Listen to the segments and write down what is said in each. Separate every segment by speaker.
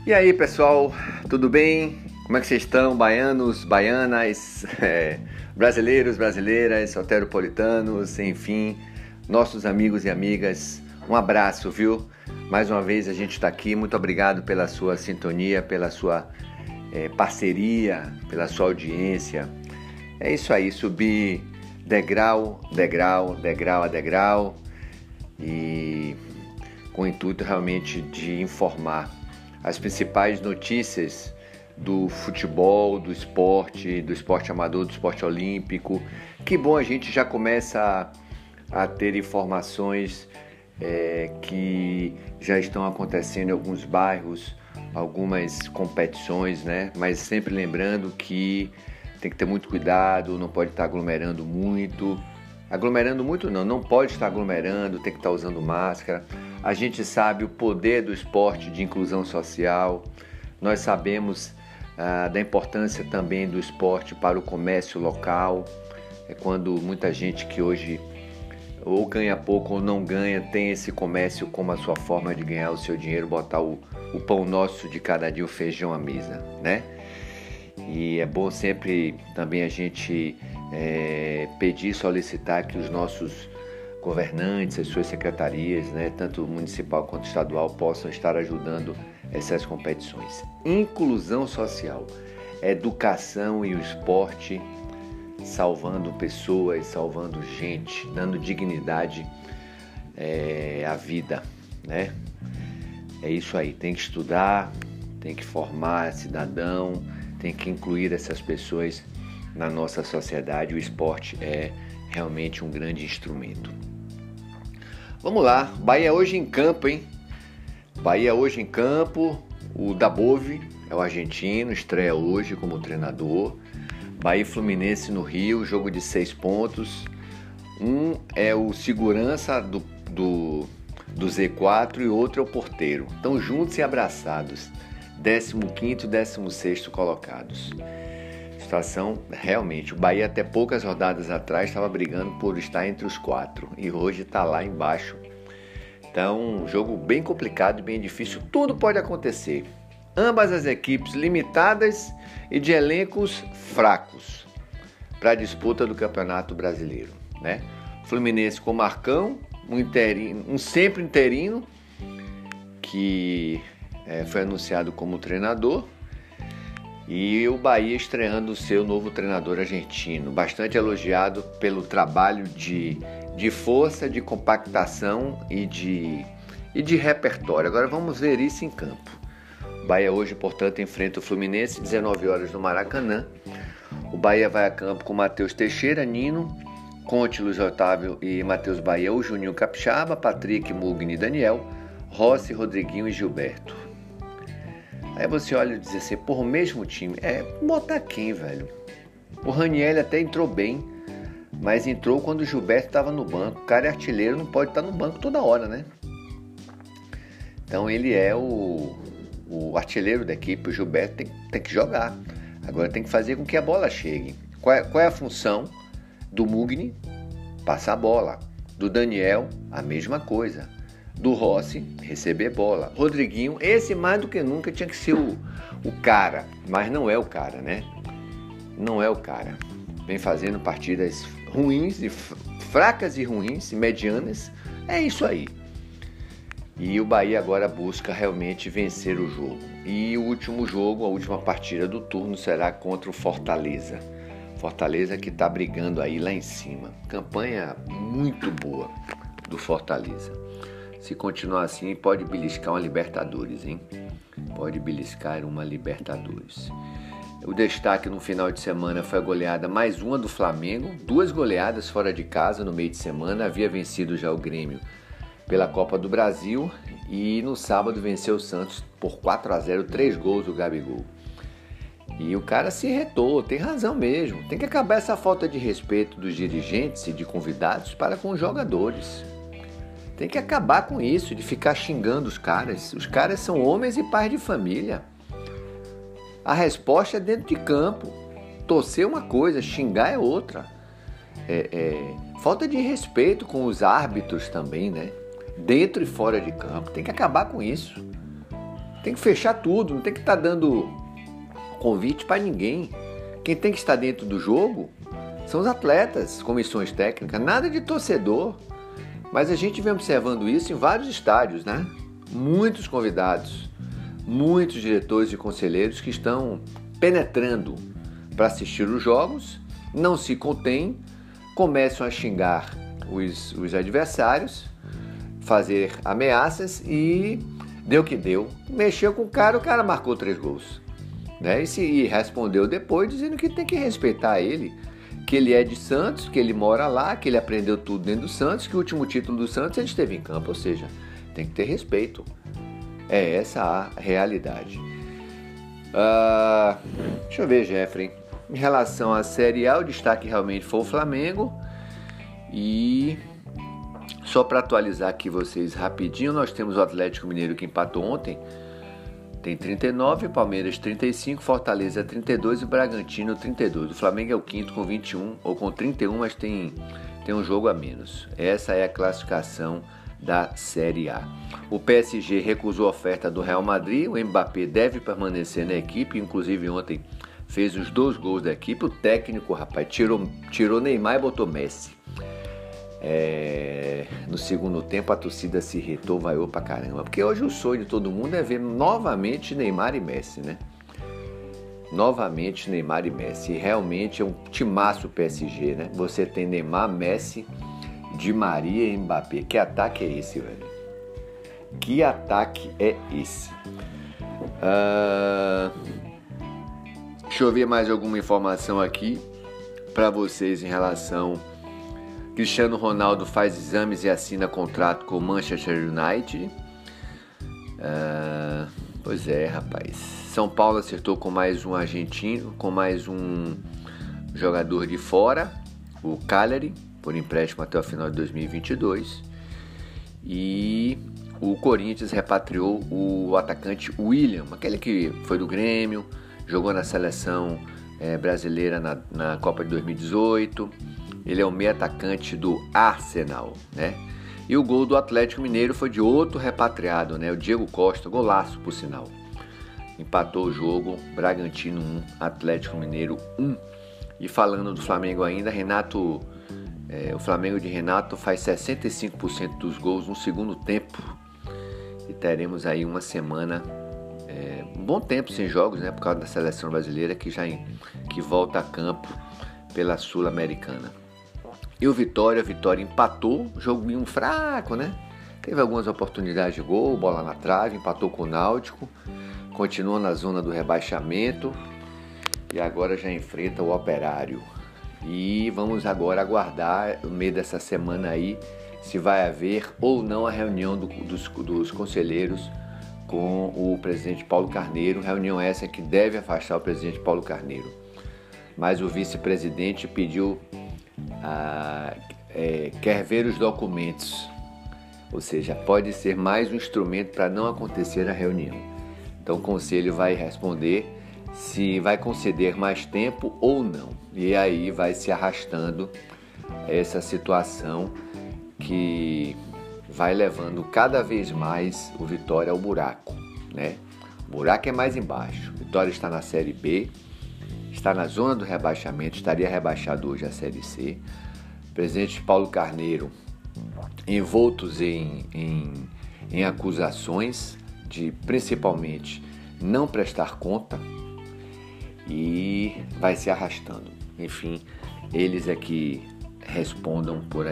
Speaker 1: E aí, pessoal, tudo bem? Como é que vocês estão, baianos, baianas, brasileiros, brasileiras, soteropolitanos, enfim, nossos amigos e amigas, um abraço, viu? Mais uma vez a gente está aqui, muito obrigado pela sua sintonia, pela sua parceria, pela sua audiência. É isso aí, subir degrau a degrau e com o intuito realmente de informar as principais notícias do futebol, do esporte amador, do esporte olímpico. Que bom, a gente já começa a ter informações que já estão acontecendo em alguns bairros, algumas competições, né? Mas sempre lembrando que tem que ter muito cuidado, não pode estar aglomerando muito. Aglomerando muito não pode estar aglomerando, tem que estar usando máscara. A gente sabe o poder do esporte de inclusão social, nós sabemos da importância também do esporte para o comércio local. É quando muita gente que hoje ou ganha pouco ou não ganha, tem esse comércio como a sua forma de ganhar o seu dinheiro, botar o pão nosso de cada dia, o feijão à mesa, né? E é bom sempre também a gente pedir, solicitar que os nossos governantes, as suas secretarias, né, tanto municipal quanto estadual, possam estar ajudando essas competições. Inclusão social, educação e o esporte salvando pessoas, salvando gente, dando dignidade à vida, né? É isso aí, tem que estudar, tem que formar cidadão, tem que incluir essas pessoas na nossa sociedade. O esporte é realmente um grande instrumento. Vamos lá, Bahia hoje em campo, hein? Bahia hoje em campo, o Dabove é o argentino, estreia hoje como treinador. Bahia e Fluminense no Rio, jogo de 6 pontos. Um é o segurança do Z4 e outro é o porteiro. Estão juntos e abraçados, 15º e 16º colocados. Situação, realmente, o Bahia até poucas rodadas atrás estava brigando por estar entre os 4 e hoje está lá embaixo. Então, um jogo bem complicado e bem difícil, tudo pode acontecer. Ambas as equipes limitadas e de elencos fracos para a disputa do Campeonato Brasileiro, né? Fluminense com Marcão, um sempre interino, que foi anunciado como treinador. E o Bahia estreando o seu novo treinador argentino, bastante elogiado pelo trabalho de força, de compactação e de repertório. Agora vamos ver isso em campo. O Bahia hoje, portanto, enfrenta o Fluminense, 19 horas no Maracanã. O Bahia vai a campo com Matheus Teixeira, Nino, Conte, Luiz Otávio e Matheus Bahia, o Juninho Capixaba, Patrick, Mugni e Daniel, Rossi, Rodriguinho e Gilberto. Aí você olha e diz assim, o mesmo time, botar quem, velho? O Raniel até entrou bem, mas entrou quando o Gilberto estava no banco. O cara é artilheiro, não pode estar no banco toda hora, né? Então ele é o artilheiro da equipe, o Gilberto tem que jogar. Agora tem que fazer com que a bola chegue. Qual é a função do Mugni? Passar a bola. Do Daniel, a mesma coisa. Do Rossi, receber bola. Rodriguinho, esse mais do que nunca tinha que ser o cara, mas não é o cara, né? Não é o cara. Vem fazendo partidas ruins, fracas e ruins, e medianas. É isso aí. E o Bahia agora busca realmente vencer o jogo. E o último jogo, a última partida do turno será contra o Fortaleza. Fortaleza que está brigando aí lá em cima. Campanha muito boa do Fortaleza. Se continuar assim, pode beliscar uma Libertadores, hein? Pode beliscar uma Libertadores. O destaque no final de semana foi a goleada, mais uma do Flamengo. 2 goleadas fora de casa no meio de semana. Havia vencido já o Grêmio pela Copa do Brasil. E no sábado venceu o Santos por 4-0, 3 gols do Gabigol. E o cara se irritou, tem razão mesmo. Tem que acabar essa falta de respeito dos dirigentes e de convidados para com os jogadores. Tem que acabar com isso, de ficar xingando os caras. Os caras são homens e pais de família. A resposta é dentro de campo. Torcer é uma coisa, xingar é outra. Falta de respeito com os árbitros também, né? Dentro e fora de campo. Tem que acabar com isso. Tem que fechar tudo, não tem que estar dando convite para ninguém. Quem tem que estar dentro do jogo são os atletas, comissões técnicas, nada de torcedor. Mas a gente vem observando isso em vários estádios, né? Muitos convidados, muitos diretores e conselheiros que estão penetrando para assistir os jogos, não se contêm, começam a xingar os adversários, fazer ameaças e deu o que deu. Mexeu com o cara marcou 3 gols. Né? E respondeu depois dizendo que tem que respeitar ele, que ele é de Santos, que ele mora lá, que ele aprendeu tudo dentro do Santos, que o último título do Santos ele esteve em campo, ou seja, tem que ter respeito. É essa a realidade. Deixa eu ver, Jeffrey. Em relação à Série A, o destaque realmente foi o Flamengo. E só para atualizar aqui vocês rapidinho, nós temos o Atlético Mineiro que empatou ontem, tem 39, Palmeiras 35, Fortaleza 32 e Bragantino 32. O Flamengo é o quinto com 21 ou com 31, mas tem um jogo a menos. Essa é a classificação da Série A. O PSG recusou a oferta do Real Madrid, o Mbappé deve permanecer na equipe, inclusive ontem fez os 2 gols da equipe. O técnico, rapaz, tirou Neymar e botou Messi. No segundo tempo a torcida se irritou, vaiou pra caramba, porque hoje o sonho de todo mundo é ver novamente Neymar e Messi, né? Novamente Neymar e Messi, e realmente é um timaço o PSG, né? Você tem Neymar, Messi, Di Maria e Mbappé. Que ataque é esse, velho? Que ataque é esse? Deixa eu ver mais alguma informação aqui para vocês em relação... Cristiano Ronaldo faz exames e assina contrato com o Manchester United. Pois é, rapaz. São Paulo acertou com mais um argentino, com mais um jogador de fora, o Cagliari, por empréstimo até o final de 2022. E o Corinthians repatriou o atacante William, aquele que foi do Grêmio, jogou na seleção brasileira na Copa de 2018. Ele é o meio atacante do Arsenal, né? E o gol do Atlético Mineiro foi de outro repatriado, né? O Diego Costa, golaço por sinal. Empatou o jogo, Bragantino 1, Atlético Mineiro 1. E falando do Flamengo ainda, o Flamengo de Renato faz 65% dos gols no segundo tempo. E teremos aí uma semana, um bom tempo sem jogos, né? Por causa da seleção brasileira que volta a campo pela Sul-Americana. E o Vitória empatou, joguinho fraco, né? Teve algumas oportunidades de gol, bola na trave, empatou com o Náutico, continua na zona do rebaixamento e agora já enfrenta o Operário. E vamos agora aguardar no meio dessa semana aí se vai haver ou não a reunião dos conselheiros com o presidente Paulo Carneiro, reunião essa que deve afastar o presidente Paulo Carneiro. Mas o vice-presidente pediu, quer ver os documentos, ou seja, pode ser mais um instrumento para não acontecer a reunião. Então o conselho vai responder se vai conceder mais tempo ou não, e aí vai se arrastando essa situação que vai levando cada vez mais o Vitória ao buraco, né? O buraco é mais embaixo, o Vitória está na Série B, está na zona do rebaixamento, estaria rebaixado hoje a Série C. O presidente Paulo Carneiro envoltos em acusações de principalmente não prestar conta e vai se arrastando. Enfim, eles é que respondam por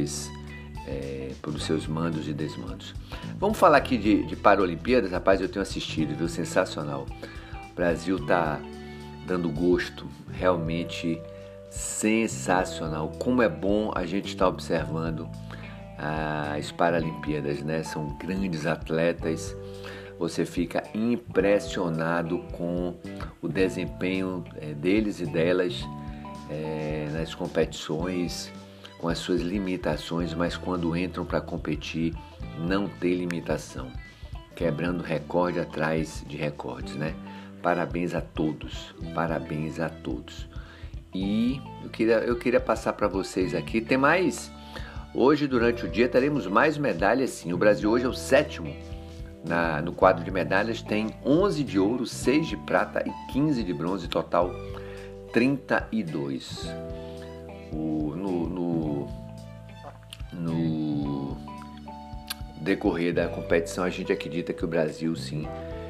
Speaker 1: os seus mandos e desmandos. Vamos falar aqui de Paralimpíadas, rapaz, eu tenho assistido, viu? Sensacional. O Brasil tá dando gosto, realmente sensacional. Como é bom a gente estar observando as Paralimpíadas, né? São grandes atletas, você fica impressionado com o desempenho deles e delas nas competições, com as suas limitações, mas quando entram para competir, não tem limitação, quebrando recorde atrás de recordes, né? Parabéns a todos, parabéns a todos. E eu queria passar para vocês aqui, tem mais, hoje durante o dia teremos mais medalhas sim, o Brasil hoje é o 7º no quadro de medalhas tem 11 de ouro, 6 de prata e 15 de bronze, total 32. No decorrer da competição, a gente acredita que o Brasil, sim,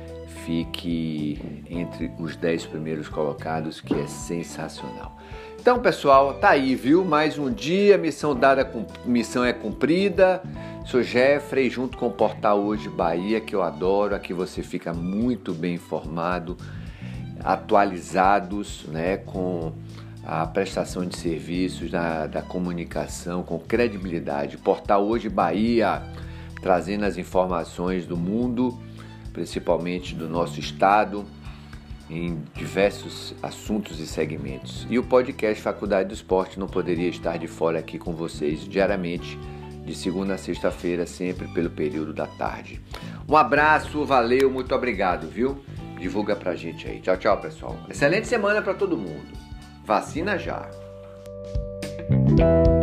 Speaker 1: fique entre os 10 primeiros colocados, que é sensacional. Então, pessoal, tá aí, viu? Mais um dia, missão dada, missão é cumprida. Sou Jeffrey, junto com o Portal Hoje Bahia, que eu adoro. Aqui você fica muito bem informado, atualizados, né, com a prestação de serviços da comunicação, com credibilidade. Portal Hoje Bahia, trazendo as informações do mundo, principalmente do nosso estado, em diversos assuntos e segmentos. E o podcast Faculdade do Esporte não poderia estar de fora aqui com vocês diariamente, de segunda a sexta-feira, sempre pelo período da tarde. Um abraço, valeu, muito obrigado, viu? Divulga pra gente aí. Tchau, tchau, pessoal. Excelente semana para todo mundo. Vacina já!